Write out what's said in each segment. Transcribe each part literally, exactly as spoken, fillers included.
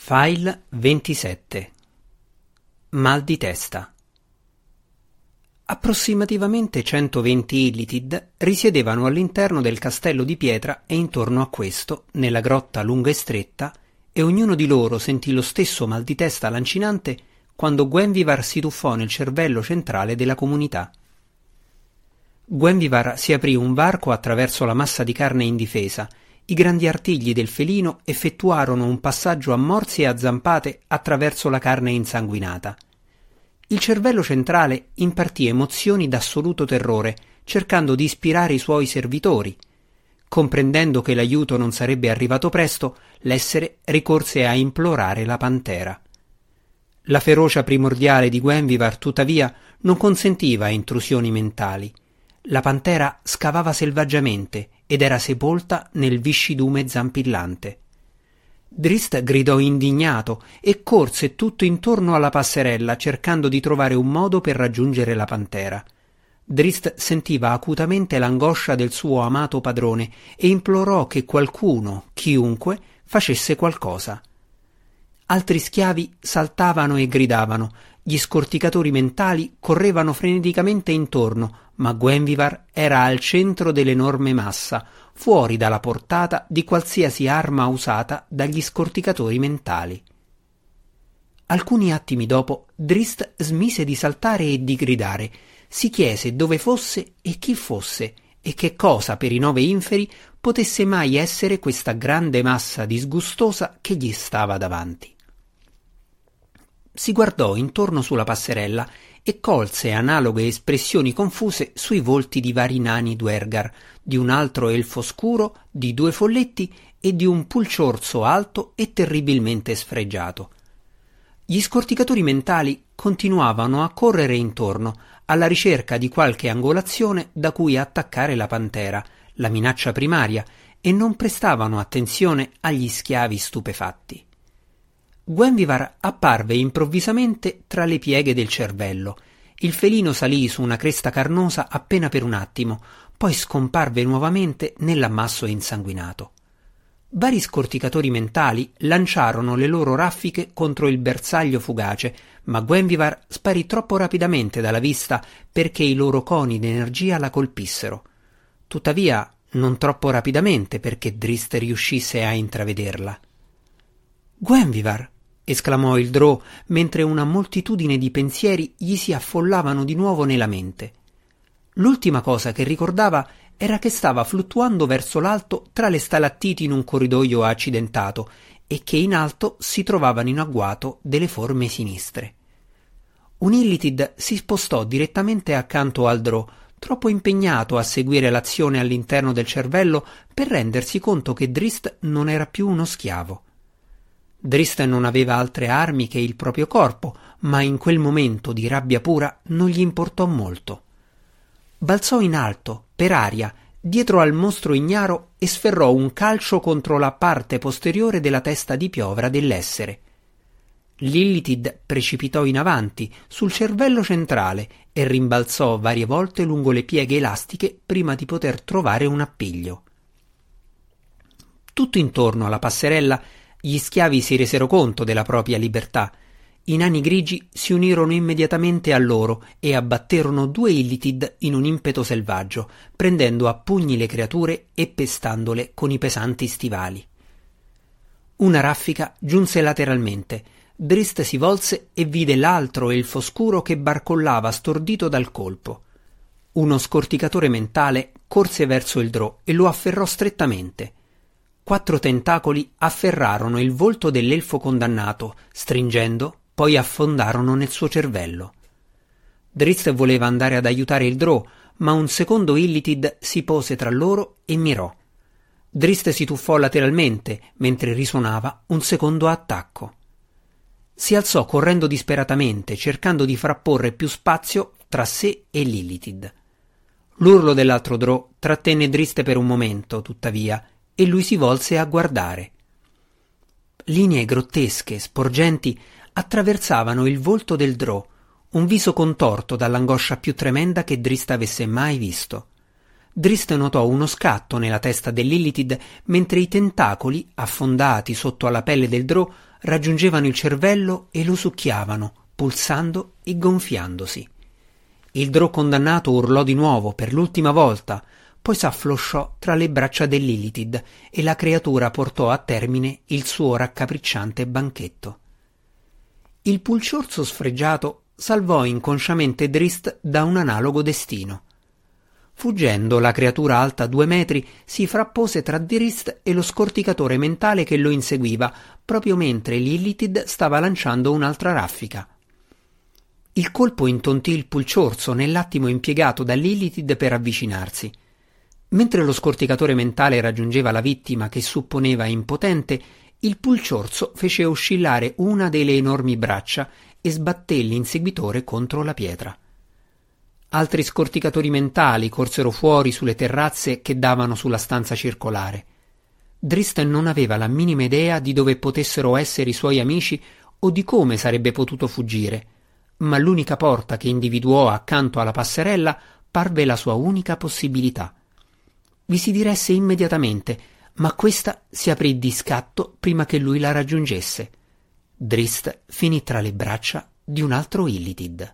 File ventisette. Mal di testa. Approssimativamente centoventi Illithid risiedevano all'interno del castello di pietra e intorno a questo, nella grotta lunga e stretta, e ognuno di loro sentì lo stesso mal di testa lancinante quando Gwenvivar si tuffò nel cervello centrale della comunità. Gwenvivar si aprì un varco attraverso la massa di carne indifesa. I grandi artigli del felino effettuarono un passaggio a morsi e a zampate attraverso la carne insanguinata. Il cervello centrale impartì emozioni d'assoluto terrore, cercando di ispirare i suoi servitori. Comprendendo che l'aiuto non sarebbe arrivato presto, l'essere ricorse a implorare la pantera. La ferocia primordiale di Gwenvivar, tuttavia, non consentiva intrusioni mentali. La pantera scavava selvaggiamente ed era sepolta nel viscidume zampillante. Drizzt gridò indignato e corse tutto intorno alla passerella cercando di trovare un modo per raggiungere la pantera. Drizzt sentiva acutamente l'angoscia del suo amato padrone e implorò che qualcuno, chiunque, facesse qualcosa. Altri schiavi saltavano e gridavano, gli scorticatori mentali correvano freneticamente intorno, ma Gwenvivar era al centro dell'enorme massa, fuori dalla portata di qualsiasi arma usata dagli scorticatori mentali. Alcuni attimi dopo, Drizzt smise di saltare e di gridare, si chiese dove fosse e chi fosse, e che cosa per i nove inferi potesse mai essere questa grande massa disgustosa che gli stava davanti. Si guardò intorno sulla passerella e colse analoghe espressioni confuse sui volti di vari nani Duergar, di un altro elfo scuro, di due folletti e di un pulciorso alto e terribilmente sfregiato. Gli scorticatori mentali continuavano a correre intorno, alla ricerca di qualche angolazione da cui attaccare la pantera, la minaccia primaria, e non prestavano attenzione agli schiavi stupefatti. Gwenvivar apparve improvvisamente tra le pieghe del cervello. Il felino salì su una cresta carnosa appena per un attimo, poi scomparve nuovamente nell'ammasso insanguinato. Vari scorticatori mentali lanciarono le loro raffiche contro il bersaglio fugace, ma Gwenvivar sparì troppo rapidamente dalla vista perché i loro coni d'energia la colpissero. Tuttavia, non troppo rapidamente perché Drizzt riuscisse a intravederla. «Gwenvivar!» esclamò il Drow, mentre una moltitudine di pensieri gli si affollavano di nuovo nella mente. L'ultima cosa che ricordava era che stava fluttuando verso l'alto tra le stalattiti in un corridoio accidentato e che in alto si trovavano in agguato delle forme sinistre. Un Illithid si spostò direttamente accanto al Drow, troppo impegnato a seguire l'azione all'interno del cervello per rendersi conto che Drizzt non era più uno schiavo. Drizzt non aveva altre armi che il proprio corpo, ma in quel momento di rabbia pura non gli importò molto. Balzò in alto, per aria, dietro al mostro ignaro e sferrò un calcio contro la parte posteriore della testa di piovra dell'essere. L'Illithid precipitò in avanti, sul cervello centrale, e rimbalzò varie volte lungo le pieghe elastiche prima di poter trovare un appiglio. Tutto intorno alla passerella gli schiavi si resero conto della propria libertà. I nani grigi si unirono immediatamente a loro e abbatterono due Illithid in un impeto selvaggio, prendendo a pugni le creature e pestandole con i pesanti stivali. Una raffica giunse lateralmente. Drizzt si volse e vide l'altro elfo scuro che barcollava stordito dal colpo. Uno scorticatore mentale corse verso il Drow e lo afferrò strettamente. Quattro tentacoli afferrarono il volto dell'elfo condannato, stringendo, poi affondarono nel suo cervello. Drizzt voleva andare ad aiutare il Drow, ma un secondo Illithid si pose tra loro e mirò. Drizzt si tuffò lateralmente, mentre risuonava un secondo attacco. Si alzò correndo disperatamente, cercando di frapporre più spazio tra sé e l'Illithid. L'urlo dell'altro Drow trattenne Drizzt per un momento, tuttavia, e lui si volse a guardare. Linee grottesche, sporgenti, attraversavano il volto del Drow, un viso contorto dall'angoscia più tremenda che Drizzt avesse mai visto. Drist notò uno scatto nella testa dell'Illitid mentre i tentacoli, affondati sotto alla pelle del Drow, raggiungevano il cervello e lo succhiavano, pulsando e gonfiandosi. Il Drow condannato urlò di nuovo per l'ultima volta, poi s'afflosciò tra le braccia dell'Illitid e la creatura portò a termine il suo raccapricciante banchetto. Il pulciorso sfregiato salvò inconsciamente Drist da un analogo destino. Fuggendo, la creatura alta due metri si frappose tra Drist e lo scorticatore mentale che lo inseguiva, proprio mentre l'Illitid stava lanciando un'altra raffica. Il colpo intontì il pulciorso nell'attimo impiegato dall'Illitid per avvicinarsi. Mentre lo scorticatore mentale raggiungeva la vittima che supponeva impotente, il pulciorso fece oscillare una delle enormi braccia e sbatté l'inseguitore contro la pietra. Altri scorticatori mentali corsero fuori sulle terrazze che davano sulla stanza circolare. Drist non aveva la minima idea di dove potessero essere i suoi amici o di come sarebbe potuto fuggire, ma l'unica porta che individuò accanto alla passerella parve la sua unica possibilità. Vi si diresse immediatamente, ma questa si aprì di scatto prima che lui la raggiungesse. Drist finì tra le braccia di un altro Illitid.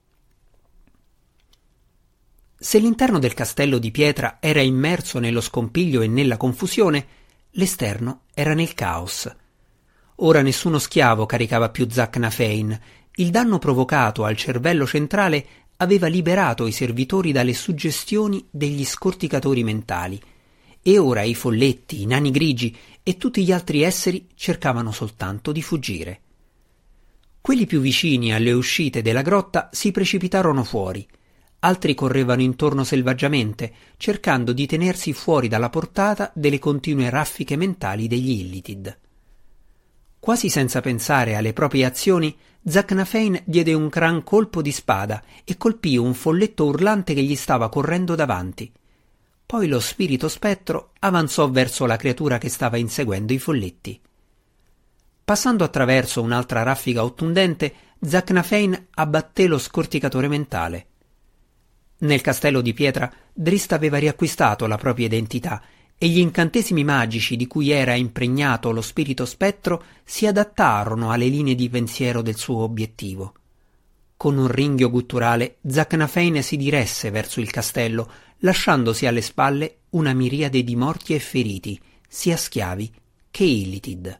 Se l'interno del castello di pietra era immerso nello scompiglio e nella confusione, l'esterno era nel caos. Ora nessuno schiavo caricava più Zaknafein. Il danno provocato al cervello centrale aveva liberato i servitori dalle suggestioni degli scorticatori mentali, e ora i folletti, i nani grigi e tutti gli altri esseri cercavano soltanto di fuggire. Quelli più vicini alle uscite della grotta si precipitarono fuori. Altri correvano intorno selvaggiamente, cercando di tenersi fuori dalla portata delle continue raffiche mentali degli Illitid. Quasi senza pensare alle proprie azioni, Zaknafein diede un gran colpo di spada e colpì un folletto urlante che gli stava correndo davanti. Poi lo spirito spettro avanzò verso la creatura che stava inseguendo i folletti. Passando attraverso un'altra raffica ottundente, Zaknafein abbatté lo scorticatore mentale. Nel castello di pietra Drist aveva riacquistato la propria identità e gli incantesimi magici di cui era impregnato lo spirito spettro si adattarono alle linee di pensiero del suo obiettivo. Con un ringhio gutturale Zaknafein si diresse verso il castello, lasciandosi alle spalle una miriade di morti e feriti, sia schiavi che Illitid.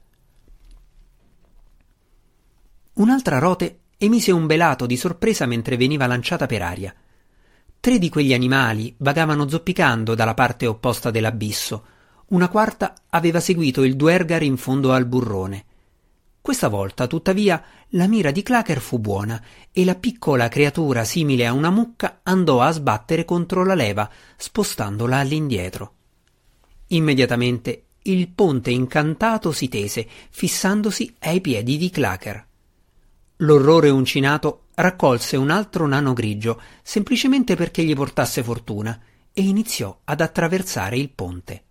Un'altra rote emise un belato di sorpresa mentre veniva lanciata per aria. Tre di quegli animali vagavano zoppicando dalla parte opposta dell'abisso. Una quarta aveva seguito il duergar in fondo al burrone. Questa volta, tuttavia, la mira di Clacker fu buona e la piccola creatura simile a una mucca andò a sbattere contro la leva, spostandola all'indietro. Immediatamente il ponte incantato si tese, fissandosi ai piedi di Clacker. L'orrore uncinato raccolse un altro nano grigio, semplicemente perché gli portasse fortuna, e iniziò ad attraversare il ponte.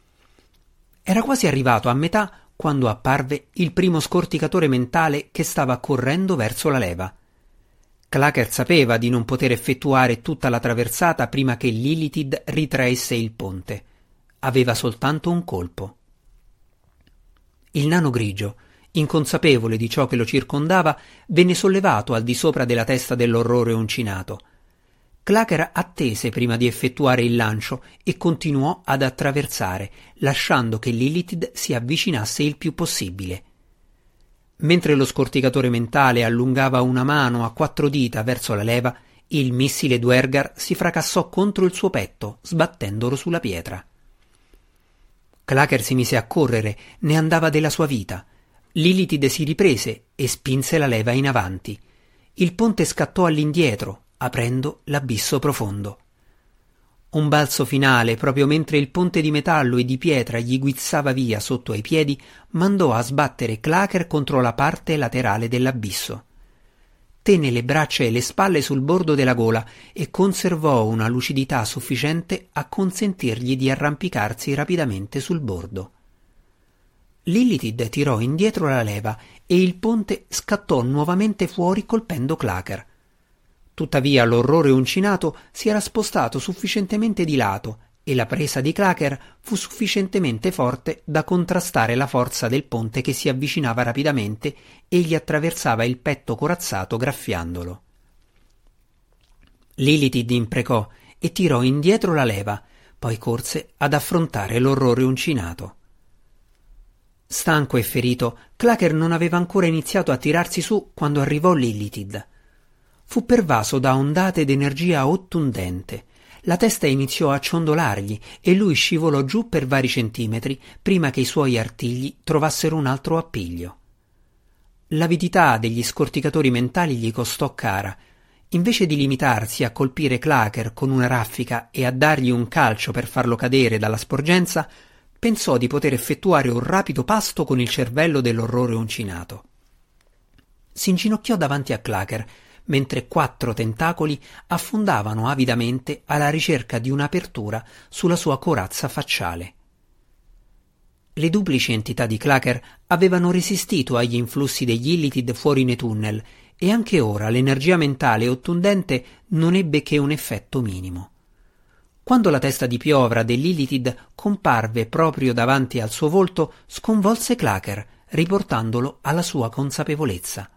Era quasi arrivato a metà quando apparve il primo scorticatore mentale che stava correndo verso la leva. Clacker sapeva di non poter effettuare tutta la traversata prima che l'Illitid ritraesse il ponte. Aveva soltanto un colpo. Il nano grigio, inconsapevole di ciò che lo circondava, venne sollevato al di sopra della testa dell'orrore uncinato. Clacker attese prima di effettuare il lancio e continuò ad attraversare, lasciando che l'Illitid si avvicinasse il più possibile. Mentre lo scorticatore mentale allungava una mano a quattro dita verso la leva, il missile duergar si fracassò contro il suo petto, sbattendolo sulla pietra. Clacker si mise a correre, ne andava della sua vita. L'Illitid si riprese e spinse la leva in avanti. Il ponte scattò all'indietro, aprendo l'abisso profondo. Un balzo finale, proprio mentre il ponte di metallo e di pietra gli guizzava via sotto ai piedi, mandò a sbattere Clacker contro la parte laterale dell'abisso. Tenne le braccia e le spalle sul bordo della gola e conservò una lucidità sufficiente a consentirgli di arrampicarsi rapidamente sul bordo. L'Illitid tirò indietro la leva e il ponte scattò nuovamente fuori colpendo Clacker. Tuttavia l'orrore uncinato si era spostato sufficientemente di lato e la presa di Clacker fu sufficientemente forte da contrastare la forza del ponte che si avvicinava rapidamente e gli attraversava il petto corazzato graffiandolo. Lilithid imprecò e tirò indietro la leva, poi corse ad affrontare l'orrore uncinato. Stanco e ferito, Clacker non aveva ancora iniziato a tirarsi su quando arrivò Lilithid. Fu pervaso da ondate d'energia ottundente. La testa iniziò a ciondolargli e lui scivolò giù per vari centimetri prima che i suoi artigli trovassero un altro appiglio. L'avidità degli scorticatori mentali gli costò cara. Invece di limitarsi a colpire Clacker con una raffica e a dargli un calcio per farlo cadere dalla sporgenza, pensò di poter effettuare un rapido pasto con il cervello dell'orrore uncinato. Si inginocchiò davanti a Clacker, mentre quattro tentacoli affondavano avidamente alla ricerca di un'apertura sulla sua corazza facciale. Le duplici entità di Clacker avevano resistito agli influssi degli Illithid fuori nei tunnel e anche ora l'energia mentale ottundente non ebbe che un effetto minimo. Quando la testa di piovra dell'Illithid comparve proprio davanti al suo volto, sconvolse Clacker, riportandolo alla sua consapevolezza.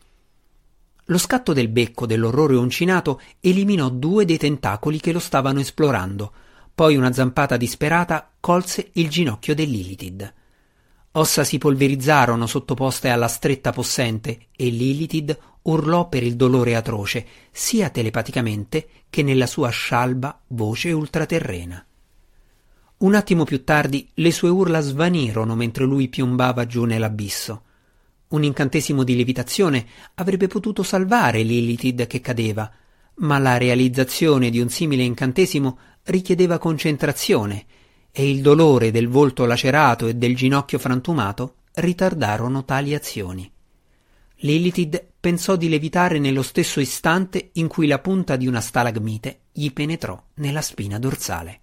Lo scatto del becco dell'orrore uncinato eliminò due dei tentacoli che lo stavano esplorando, poi una zampata disperata colse il ginocchio dell'Illithid. Ossa si polverizzarono sottoposte alla stretta possente e l'Illithid urlò per il dolore atroce, sia telepaticamente che nella sua scialba voce ultraterrena. Un attimo più tardi le sue urla svanirono mentre lui piombava giù nell'abisso. Un incantesimo di levitazione avrebbe potuto salvare l'Illithid che cadeva, ma la realizzazione di un simile incantesimo richiedeva concentrazione e il dolore del volto lacerato e del ginocchio frantumato ritardarono tali azioni. Lilithid pensò di levitare nello stesso istante in cui la punta di una stalagmite gli penetrò nella spina dorsale.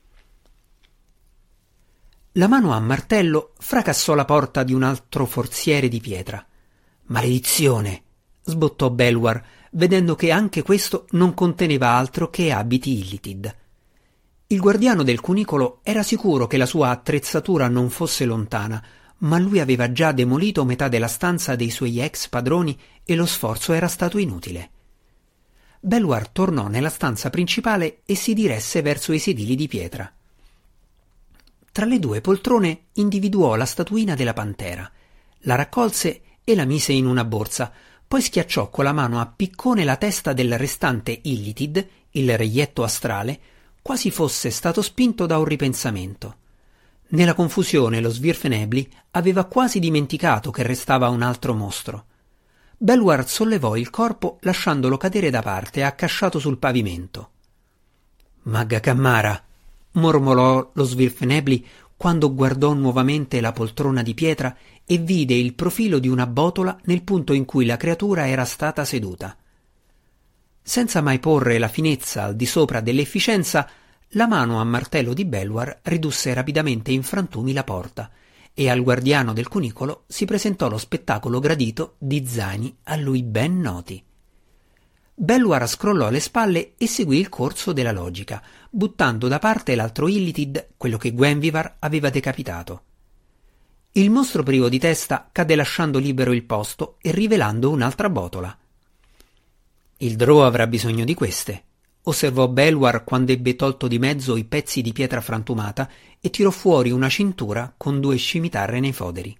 La mano a martello fracassò la porta di un altro forziere di pietra. «Maledizione!» sbottò Belwar, vedendo che anche questo non conteneva altro che abiti Illithid. Il guardiano del cunicolo era sicuro che la sua attrezzatura non fosse lontana, ma lui aveva già demolito metà della stanza dei suoi ex padroni e lo sforzo era stato inutile. Belwar tornò nella stanza principale e si diresse verso i sedili di pietra. Tra le due poltrone individuò la statuina della pantera, la raccolse e la mise in una borsa, poi schiacciò con la mano a piccone la testa del restante Illithid, il reietto astrale, quasi fosse stato spinto da un ripensamento. Nella confusione lo Svirfenebli aveva quasi dimenticato che restava un altro mostro. Belwar sollevò il corpo lasciandolo cadere da parte, accasciato sul pavimento. «Magga Cammara!» mormorò lo Svirfenebli quando guardò nuovamente la poltrona di pietra e vide il profilo di una botola nel punto in cui la creatura era stata seduta. Senza mai porre la finezza al di sopra dell'efficienza, la mano a martello di Belwar ridusse rapidamente in frantumi la porta e al guardiano del cunicolo si presentò lo spettacolo gradito di zaini a lui ben noti. Belwar scrollò le spalle e seguì il corso della logica, buttando da parte l'altro Illithid, quello che Gwenvivar aveva decapitato. Il mostro privo di testa cadde lasciando libero il posto e rivelando un'altra botola. «Il Drow avrà bisogno di queste», osservò Belwar quando ebbe tolto di mezzo i pezzi di pietra frantumata e tirò fuori una cintura con due scimitarre nei foderi.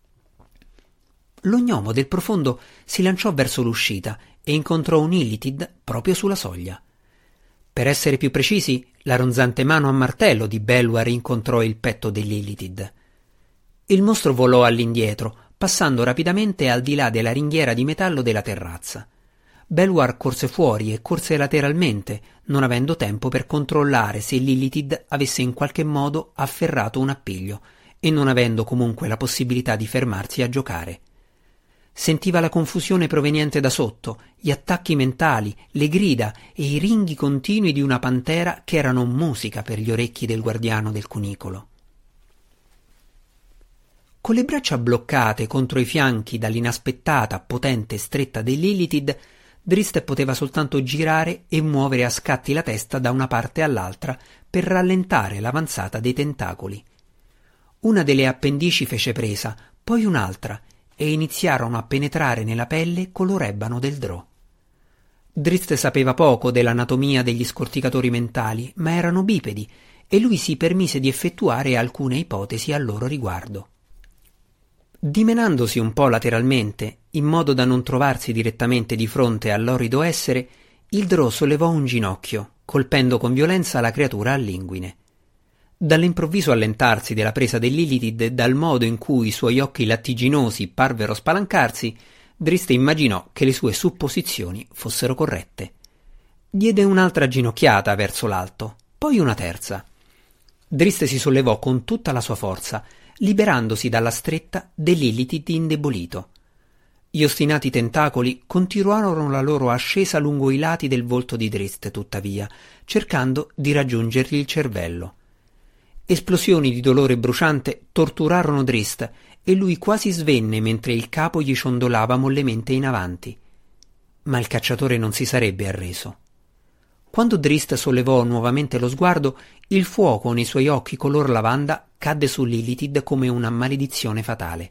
Lo gnomo del profondo si lanciò verso l'uscita e incontrò un Illithid proprio sulla soglia. Per essere più precisi, la ronzante mano a martello di Belwar incontrò il petto dell'Illithid. Il mostro volò all'indietro, passando rapidamente al di là della ringhiera di metallo della terrazza. Belwar corse fuori e corse lateralmente, non avendo tempo per controllare se l'Illithid avesse in qualche modo afferrato un appiglio e non avendo comunque la possibilità di fermarsi a giocare. Sentiva la confusione proveniente da sotto, gli attacchi mentali, le grida e i ringhi continui di una pantera che erano musica per gli orecchi del guardiano del cunicolo. Con le braccia bloccate contro i fianchi dall'inaspettata potente stretta dell'Illithid, Drist poteva soltanto girare e muovere a scatti la testa da una parte all'altra per rallentare l'avanzata dei tentacoli. Una delle appendici fece presa, poi un'altra, e iniziarono a penetrare nella pelle color ebano del drò. Drist sapeva poco dell'anatomia degli scorticatori mentali, ma erano bipedi, e lui si permise di effettuare alcune ipotesi a loro riguardo. Dimenandosi un po' lateralmente, in modo da non trovarsi direttamente di fronte all'orido essere, il drò sollevò un ginocchio, colpendo con violenza la creatura all'inguine. Dall'improvviso allentarsi della presa dell'Illitid e dal modo in cui i suoi occhi lattiginosi parvero spalancarsi, Drist immaginò che le sue supposizioni fossero corrette. Diede un'altra ginocchiata verso l'alto, poi una terza. Drist si sollevò con tutta la sua forza, liberandosi dalla stretta dell'Illitid indebolito. Gli ostinati tentacoli continuarono la loro ascesa lungo i lati del volto di Drist, tuttavia, cercando di raggiungergli il cervello. Esplosioni di dolore bruciante torturarono Drist e lui quasi svenne mentre il capo gli ciondolava mollemente in avanti. Ma il cacciatore non si sarebbe arreso. Quando Drist sollevò nuovamente lo sguardo, il fuoco nei suoi occhi color lavanda cadde sull'Illitid come una maledizione fatale.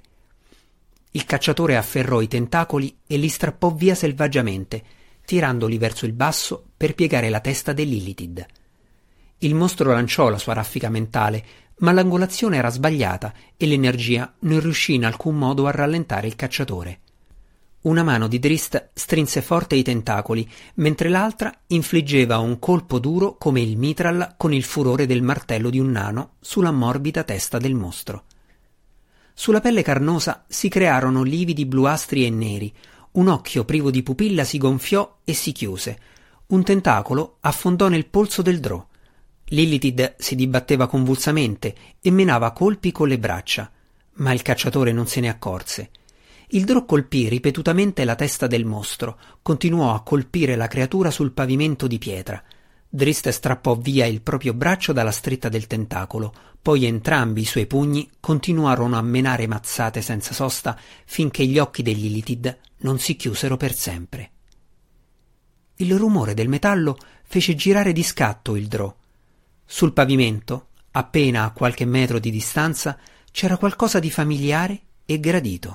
Il cacciatore afferrò i tentacoli e li strappò via selvaggiamente, tirandoli verso il basso per piegare la testa dell'Illitid. Il mostro lanciò la sua raffica mentale, ma l'angolazione era sbagliata e l'energia non riuscì in alcun modo a rallentare il cacciatore. Una mano di Drist strinse forte i tentacoli, mentre l'altra infliggeva un colpo duro come il mitral con il furore del martello di un nano sulla morbida testa del mostro. Sulla pelle carnosa si crearono lividi bluastri e neri, un occhio privo di pupilla si gonfiò e si chiuse, un tentacolo affondò nel polso del drò. L'Illitid si dibatteva convulsamente e menava colpi con le braccia, ma il cacciatore non se ne accorse. Il drò colpì ripetutamente la testa del mostro, continuò a colpire la creatura sul pavimento di pietra. Drist strappò via il proprio braccio dalla stretta del tentacolo, poi entrambi i suoi pugni continuarono a menare mazzate senza sosta finché gli occhi degli Illitid non si chiusero per sempre. Il rumore del metallo fece girare di scatto il drò. Sul pavimento, appena a qualche metro di distanza, c'era qualcosa di familiare e gradito.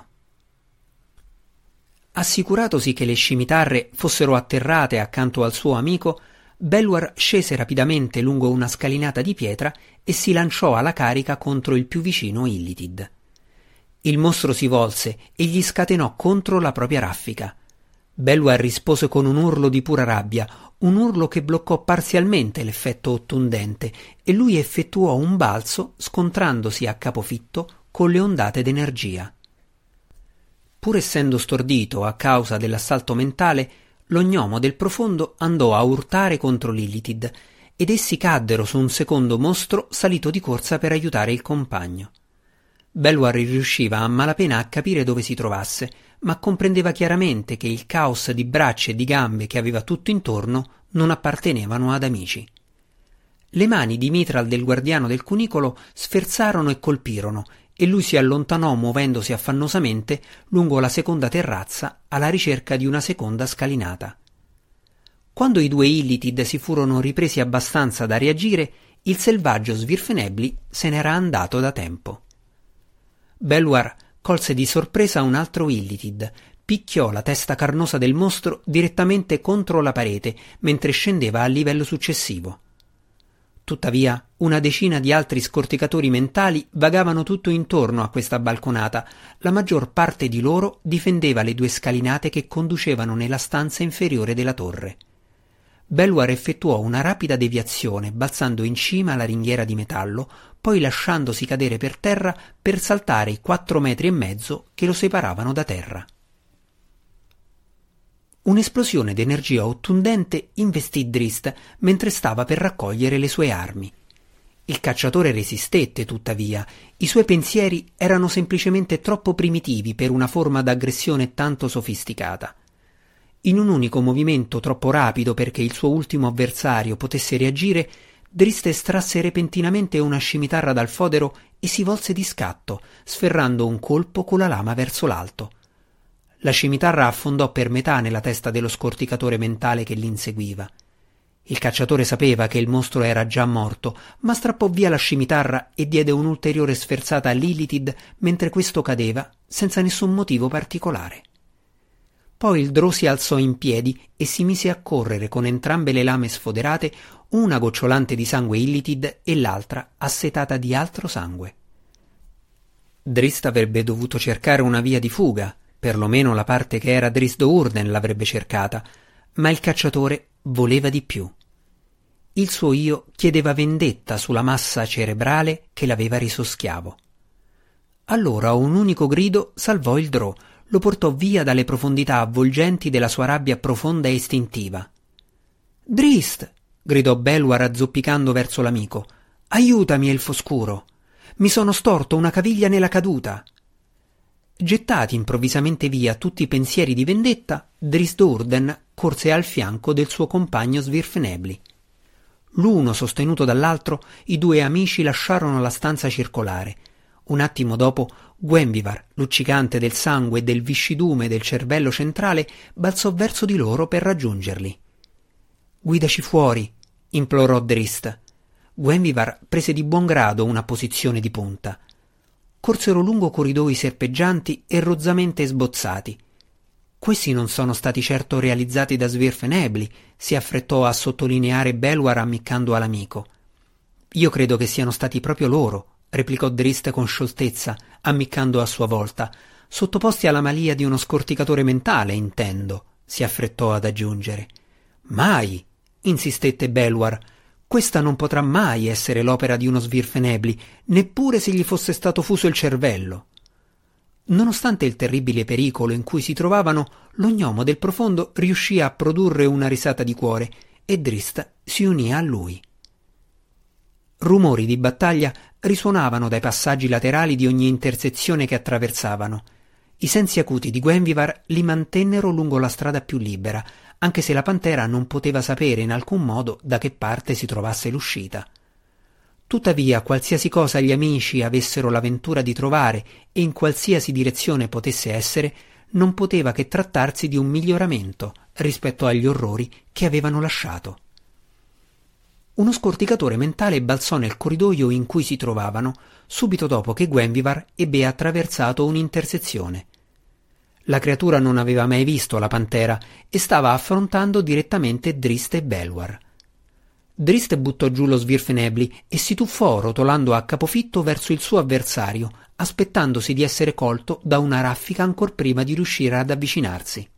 Assicuratosi che le scimitarre fossero atterrate accanto al suo amico, Belluar scese rapidamente lungo una scalinata di pietra e si lanciò alla carica contro il più vicino Illitid. Il mostro si volse e gli scatenò contro la propria raffica. Belluar rispose con un urlo di pura rabbia, un urlo che bloccò parzialmente l'effetto ottundente, e lui effettuò un balzo scontrandosi a capofitto con le ondate d'energia. Pur essendo stordito a causa dell'assalto mentale, lo gnomo del profondo andò a urtare contro l'Illitid, ed essi caddero su un secondo mostro salito di corsa per aiutare il compagno. Belluar riusciva a malapena a capire dove si trovasse, ma comprendeva chiaramente che il caos di braccia e di gambe che aveva tutto intorno non appartenevano ad amici. Le mani di mitral del guardiano del cunicolo sferzarono e colpirono, e lui si allontanò muovendosi affannosamente lungo la seconda terrazza alla ricerca di una seconda scalinata. Quando i due Illitid si furono ripresi abbastanza da reagire, il selvaggio Svirfenebli se n'era andato da tempo. Belluar colse di sorpresa un altro Illitid, picchiò la testa carnosa del mostro direttamente contro la parete mentre scendeva al livello successivo. Tuttavia, una decina di altri scorticatori mentali vagavano tutto intorno a questa balconata. La maggior parte di loro difendeva le due scalinate che conducevano nella stanza inferiore della torre. Belluar effettuò una rapida deviazione, balzando in cima alla ringhiera di metallo, poi lasciandosi cadere per terra per saltare i quattro metri e mezzo che lo separavano da terra. Un'esplosione d'energia ottundente investì Drist mentre stava per raccogliere le sue armi. Il cacciatore resistette, tuttavia. I suoi pensieri erano semplicemente troppo primitivi per una forma d'aggressione tanto sofisticata. In un unico movimento troppo rapido perché il suo ultimo avversario potesse reagire, Drist estrasse repentinamente una scimitarra dal fodero e si volse di scatto, sferrando un colpo con la lama verso l'alto. La scimitarra affondò per metà nella testa dello scorticatore mentale che l'inseguiva. Il cacciatore sapeva che il mostro era già morto, ma strappò via la scimitarra e diede un'ulteriore sferzata a Lilithid mentre questo cadeva, senza nessun motivo particolare. Poi il drò si alzò in piedi e si mise a correre con entrambe le lame sfoderate, una gocciolante di sangue Illithid e l'altra assetata di altro sangue. Drist avrebbe dovuto cercare una via di fuga, perlomeno la parte che era Drizzt Do'Urden l'avrebbe cercata, ma il cacciatore voleva di più. Il suo io chiedeva vendetta sulla massa cerebrale che l'aveva reso schiavo. Allora un unico grido salvò il drò, lo portò via dalle profondità avvolgenti della sua rabbia profonda e istintiva. «Drizzt!» gridò Belwar azzoppicando verso l'amico. «Aiutami, elfo scuro! Mi sono storto una caviglia nella caduta!» Gettati improvvisamente via tutti i pensieri di vendetta, Drizzt Do'Urden corse al fianco del suo compagno Svirfnebli. L'uno sostenuto dall'altro, i due amici lasciarono la stanza circolare. Un attimo dopo, Gwenvivar, luccicante del sangue e del viscidume del cervello centrale, balzò verso di loro per raggiungerli. «Guidaci fuori», implorò Drizzt. Gwenvivar prese di buon grado una posizione di punta. Corsero lungo corridoi serpeggianti e rozzamente sbozzati. «Questi non sono stati certo realizzati da Svirfnebli», si affrettò a sottolineare Belwar ammiccando all'amico. «Io credo che siano stati proprio loro», replicò Drizzt con scioltezza, ammiccando a sua volta. «Sottoposti alla malia di uno scorticatore mentale, intendo», si affrettò ad aggiungere. «Mai», insistette Belwar, «questa non potrà mai essere l'opera di uno Svirfnebli, neppure se gli fosse stato fuso il cervello». Nonostante il terribile pericolo in cui si trovavano, lo gnomo del profondo riuscì a produrre una risata di cuore e Drizzt si unì a lui. Rumori di battaglia risuonavano dai passaggi laterali di ogni intersezione che attraversavano. I sensi acuti di Gwenvivar li mantennero lungo la strada più libera, anche se la pantera non poteva sapere in alcun modo da che parte si trovasse l'uscita. Tuttavia, qualsiasi cosa gli amici avessero la ventura di trovare e in qualsiasi direzione potesse essere, non poteva che trattarsi di un miglioramento rispetto agli orrori che avevano lasciato. Uno scorticatore mentale balzò nel corridoio in cui si trovavano, subito dopo che Gwenvivar ebbe attraversato un'intersezione. La creatura non aveva mai visto la pantera e stava affrontando direttamente Drizzt e Belwar. Drizzt buttò giù lo Svirfnebli e si tuffò rotolando a capofitto verso il suo avversario, aspettandosi di essere colto da una raffica ancor prima di riuscire ad avvicinarsi.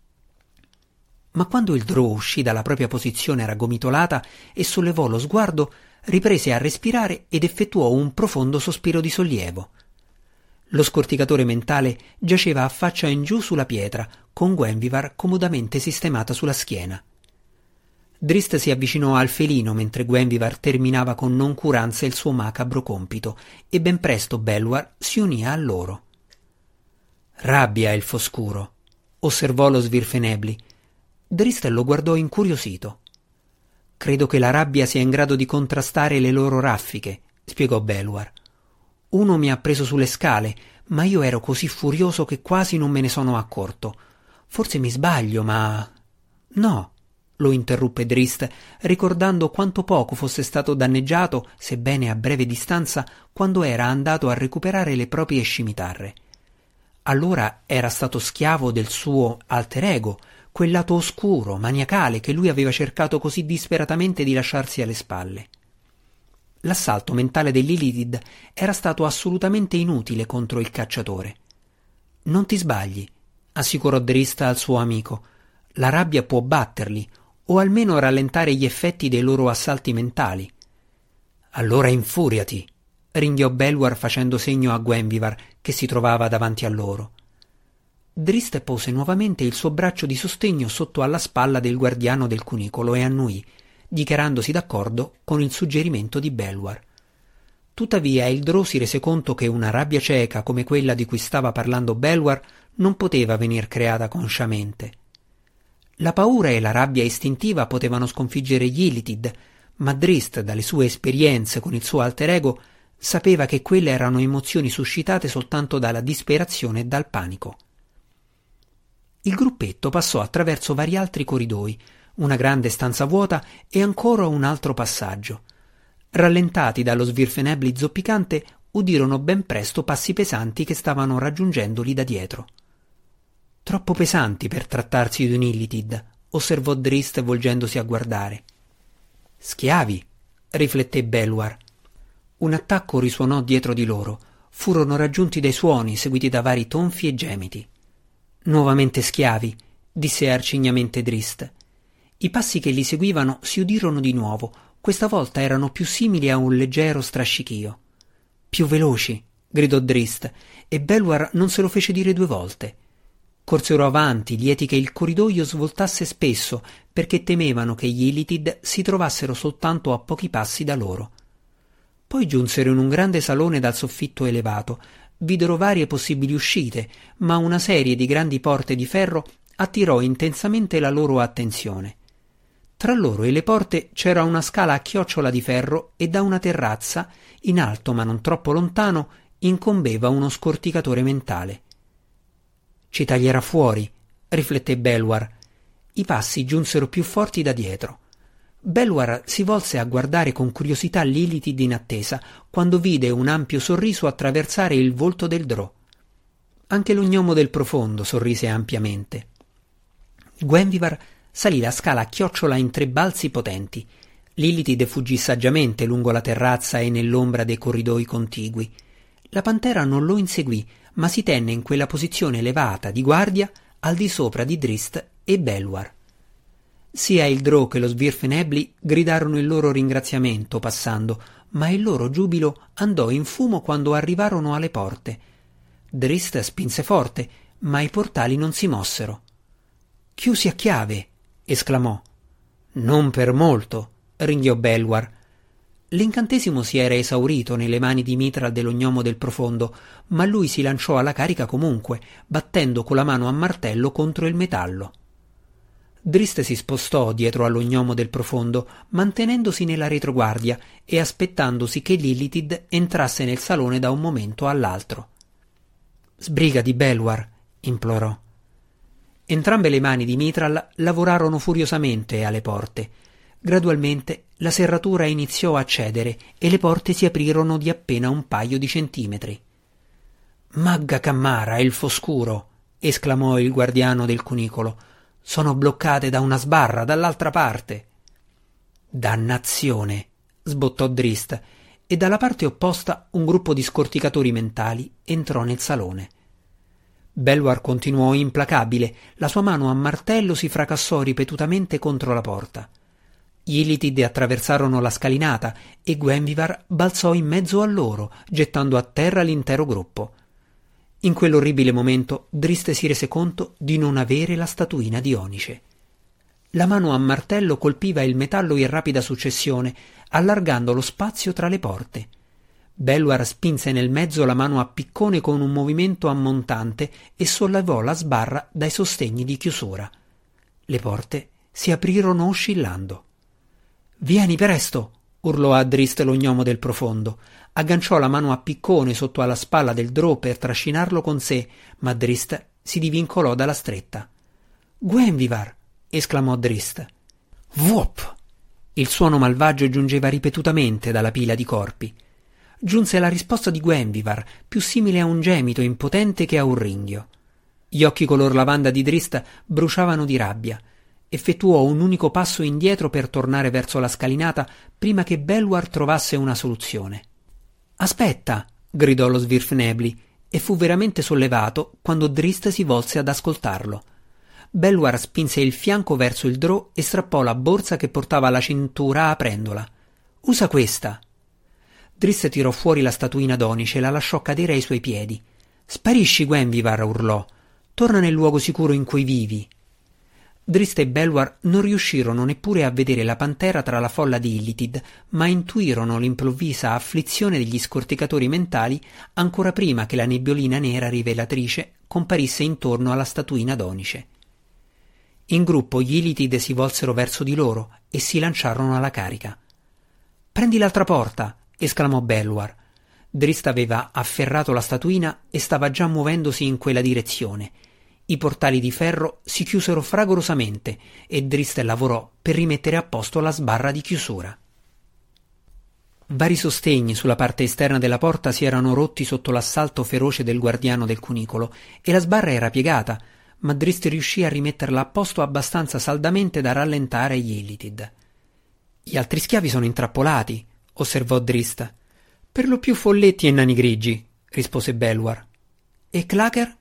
Ma quando il drò uscì dalla propria posizione raggomitolata e sollevò lo sguardo, riprese a respirare ed effettuò un profondo sospiro di sollievo. Lo scorticatore mentale giaceva a faccia in giù sulla pietra, con Gwenvivar comodamente sistemata sulla schiena. Drizzt si avvicinò al felino mentre Gwenvivar terminava con noncuranza il suo macabro compito e ben presto Belwar si unì a loro. «Rabbia, elfo scuro», osservò lo Svirfnebli. Drizzt lo guardò incuriosito. «Credo che la rabbia sia in grado di contrastare le loro raffiche», spiegò Belwar. «Uno mi ha preso sulle scale, ma io ero così furioso che quasi non me ne sono accorto. Forse mi sbaglio, ma...» «No», lo interruppe Drizzt, ricordando quanto poco fosse stato danneggiato, sebbene a breve distanza, quando era andato a recuperare le proprie scimitarre. Allora era stato schiavo del suo alter ego, quel lato oscuro, maniacale che lui aveva cercato così disperatamente di lasciarsi alle spalle. L'assalto mentale dell'Illithid era stato assolutamente inutile contro il cacciatore. «Non ti sbagli», assicurò Drizzt al suo amico. «La rabbia può batterli, o almeno rallentare gli effetti dei loro assalti mentali». «Allora infuriati», ringhiò Belwar facendo segno a Gwenvivar, che si trovava davanti a loro. Drizzt pose nuovamente il suo braccio di sostegno sotto alla spalla del guardiano del cunicolo e annuì, dichiarandosi d'accordo con il suggerimento di Belwar. Tuttavia il drò si rese conto che una rabbia cieca come quella di cui stava parlando Belwar non poteva venir creata consciamente. La paura e la rabbia istintiva potevano sconfiggere gli Illithid, ma Drizzt, dalle sue esperienze con il suo alter ego, sapeva che quelle erano emozioni suscitate soltanto dalla disperazione e dal panico. Il gruppetto passò attraverso vari altri corridoi, una grande stanza vuota e ancora un altro passaggio. Rallentati dallo svirfenebli zoppicante, udirono ben presto passi pesanti che stavano raggiungendoli da dietro. Troppo pesanti per trattarsi di un Illitid, osservò Drist volgendosi a guardare. Schiavi, rifletté Belluar. Un attacco risuonò dietro di loro. Furono raggiunti dai suoni, seguiti da vari tonfi e gemiti. Nuovamente schiavi, disse arcignamente Drist. I passi che li seguivano si udirono di nuovo. Questa volta erano più simili a un leggero strascichio. Più veloci, gridò Drist, e Belluar non se lo fece dire due volte. Corsero avanti, lieti che il corridoio svoltasse spesso, perché temevano che gli Illitid si trovassero soltanto a pochi passi da loro. Poi giunsero in un grande salone dal soffitto elevato. Videro varie possibili uscite, ma una serie di grandi porte di ferro attirò intensamente la loro attenzione. Tra loro e le porte c'era una scala a chiocciola di ferro e da una terrazza, in alto ma non troppo lontano, incombeva uno scorticatore mentale. Ci taglierà fuori, rifletté Belluar. I passi giunsero più forti da dietro. Belluar si volse a guardare con curiosità l'Illitid in attesa, quando vide un ampio sorriso attraversare il volto del Drò. Anche lo gnomo del profondo sorrise ampiamente. Gwenvivar salì la scala a chiocciola in tre balzi potenti. L'Illitid fuggì saggiamente lungo la terrazza e nell'ombra dei corridoi contigui. La pantera non lo inseguì, ma si tenne in quella posizione elevata di guardia al di sopra di Drist e Belluar. Sia il Drò che lo svirfenebli gridarono il loro ringraziamento passando, ma il loro giubilo andò in fumo quando arrivarono alle porte. Drist spinse forte, ma i portali non si mossero. «Chiusi a chiave!» esclamò. «Non per molto», ringhiò Belluar. L'incantesimo si era esaurito nelle mani di Mithral dello gnomo del profondo, ma lui si lanciò alla carica comunque, battendo con la mano a martello contro il metallo. Drist si spostò dietro allo gnomo del profondo, mantenendosi nella retroguardia e aspettandosi che l'Illitid entrasse nel salone da un momento all'altro. «Sbrigati, Belluar», implorò. Entrambe le mani di Mithral lavorarono furiosamente alle porte. Gradualmente la serratura iniziò a cedere e le porte si aprirono di appena un paio di centimetri. «Magga Cammara, elfo scuro!» esclamò il guardiano del cunicolo. «Sono bloccate da una sbarra dall'altra parte!» «Dannazione!» sbottò Drist, e dalla parte opposta un gruppo di scorticatori mentali entrò nel salone. Belluar continuò implacabile, la sua mano a martello si fracassò ripetutamente contro la porta. Gli Illitid attraversarono la scalinata e Gwenvivar balzò in mezzo a loro, gettando a terra l'intero gruppo. In quell'orribile momento Drist si rese conto di non avere la statuina di onice. La mano a martello colpiva il metallo in rapida successione, allargando lo spazio tra le porte. Belluar spinse nel mezzo la mano a piccone con un movimento ammontante e sollevò la sbarra dai sostegni di chiusura. Le porte si aprirono oscillando. «Vieni presto!» urlò a Drist lo gnomo del profondo. Agganciò la mano a piccone sotto alla spalla del Drò per trascinarlo con sé, ma Drist si divincolò dalla stretta. «Gwenvivar!» esclamò Drist. «Vuop!» Il suono malvagio giungeva ripetutamente dalla pila di corpi. Giunse la risposta di Gwenvivar, più simile a un gemito impotente che a un ringhio. Gli occhi color lavanda di Drist bruciavano di rabbia. Effettuò un unico passo indietro per tornare verso la scalinata prima che Belluar trovasse una soluzione. «Aspetta!» gridò lo svirfenebli, e fu veramente sollevato quando Drist si volse ad ascoltarlo. Belluar spinse il fianco verso il Drò e strappò la borsa che portava alla cintura aprendola. «Usa questa!» Drist tirò fuori la statuina d'onice e la lasciò cadere ai suoi piedi. «Sparisci, Gwenvivar!» urlò. «Torna nel luogo sicuro in cui vivi!» Drist e Belluar non riuscirono neppure a vedere la pantera tra la folla di Illitid, ma intuirono l'improvvisa afflizione degli scorticatori mentali ancora prima che la nebbiolina nera rivelatrice comparisse intorno alla statuina d'onice. In gruppo gli Illitid si volsero verso di loro e si lanciarono alla carica. «Prendi l'altra porta!» esclamò Belluar. Drist aveva afferrato la statuina e stava già muovendosi in quella direzione. I portali di ferro si chiusero fragorosamente e Drist lavorò per rimettere a posto la sbarra di chiusura. Vari sostegni sulla parte esterna della porta si erano rotti sotto l'assalto feroce del guardiano del cunicolo e la sbarra era piegata, ma Drist riuscì a rimetterla a posto abbastanza saldamente da rallentare gli Illithid. «Gli altri schiavi sono intrappolati», osservò Drist. «Per lo più folletti e nani grigi», rispose Belluar. «E Clacker?»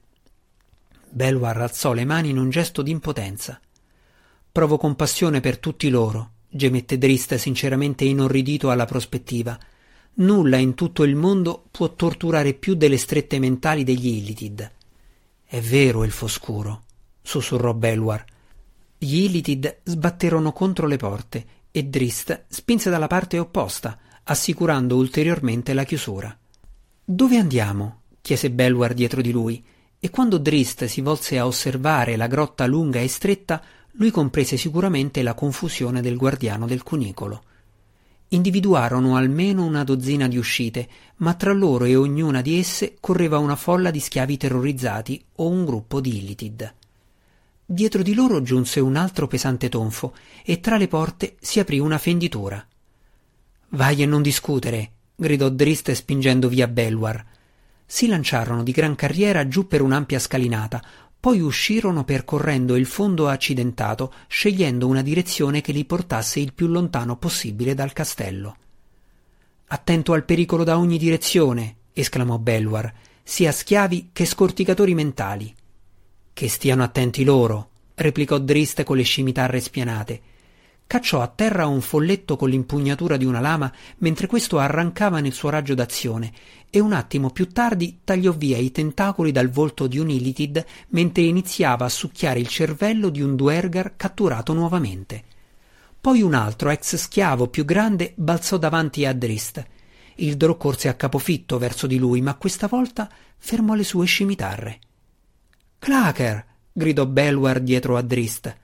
Belluar alzò le mani in un gesto d'impotenza. «Provo compassione per tutti loro», gemette Drist sinceramente inorridito alla prospettiva. «Nulla in tutto il mondo può torturare più delle strette mentali degli Illithid». «È vero, elfo scuro», sussurrò Belluar. Gli Illithid sbatterono contro le porte e Drist spinse dalla parte opposta, assicurando ulteriormente la chiusura. «Dove andiamo?» chiese Belluar dietro di lui, e quando Drist si volse a osservare la grotta lunga e stretta, lui comprese sicuramente la confusione del guardiano del cunicolo. Individuarono almeno una dozzina di uscite, ma tra loro e ognuna di esse correva una folla di schiavi terrorizzati o un gruppo di Illithid. Dietro di loro giunse un altro pesante tonfo e tra le porte si aprì una fenditura. «Vai e non discutere», gridò Drist spingendo via Belluar. Si lanciarono di gran carriera giù per un'ampia scalinata, poi uscirono percorrendo il fondo accidentato, scegliendo una direzione che li portasse il più lontano possibile dal castello. «Attento al pericolo da ogni direzione», esclamò Belluar, «sia schiavi che scorticatori mentali». «Che stiano attenti loro», replicò Drist con le scimitarre spianate. Cacciò a terra un folletto con l'impugnatura di una lama mentre questo arrancava nel suo raggio d'azione e un attimo più tardi tagliò via i tentacoli dal volto di un Illithid mentre iniziava a succhiare il cervello di un Duergar catturato nuovamente. Poi un altro ex schiavo più grande balzò davanti a Drist. Il Drò corse a capofitto verso di lui, ma questa volta fermò le sue scimitarre. «Clacker!» gridò Belluar dietro a Drist.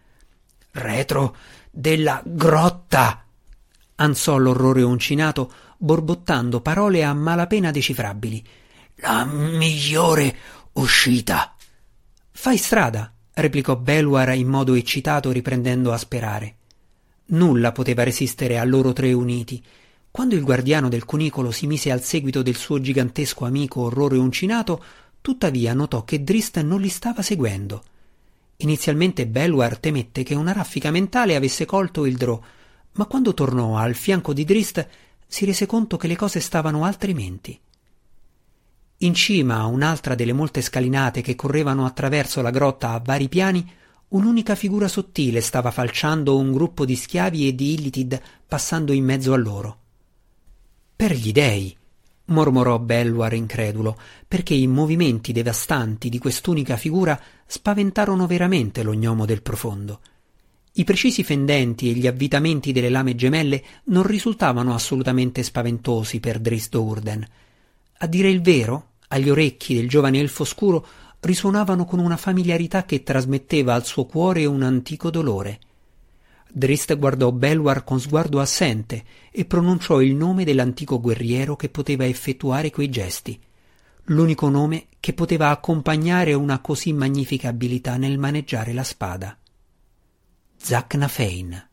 «Retro della grotta!» ansò l'orrore uncinato, borbottando parole a malapena decifrabili. «La migliore uscita!» «Fai strada!» replicò Belluar in modo eccitato, riprendendo a sperare. Nulla poteva resistere a loro tre uniti. Quando il guardiano del cunicolo si mise al seguito del suo gigantesco amico orrore uncinato, tuttavia notò che Drist non li stava seguendo. Inizialmente Belluar temette che una raffica mentale avesse colto il Drò, ma quando tornò al fianco di Drist si rese conto che le cose stavano altrimenti. In cima a un'altra delle molte scalinate che correvano attraverso la grotta a vari piani, un'unica figura sottile stava falciando un gruppo di schiavi e di Illithid passando in mezzo a loro. «Per gli dei!» mormorò Belluar incredulo, perché i movimenti devastanti di quest'unica figura spaventarono veramente lo gnomo del profondo. I precisi fendenti e gli avvitamenti delle lame gemelle non risultavano assolutamente spaventosi per Drist Do'Urden. A dire il vero, agli orecchi del giovane elfo scuro risuonavano con una familiarità che trasmetteva al suo cuore un antico dolore. Drist guardò Belluar con sguardo assente e pronunciò il nome dell'antico guerriero che poteva effettuare quei gesti, l'unico nome che poteva accompagnare una così magnifica abilità nel maneggiare la spada. Zaknafein.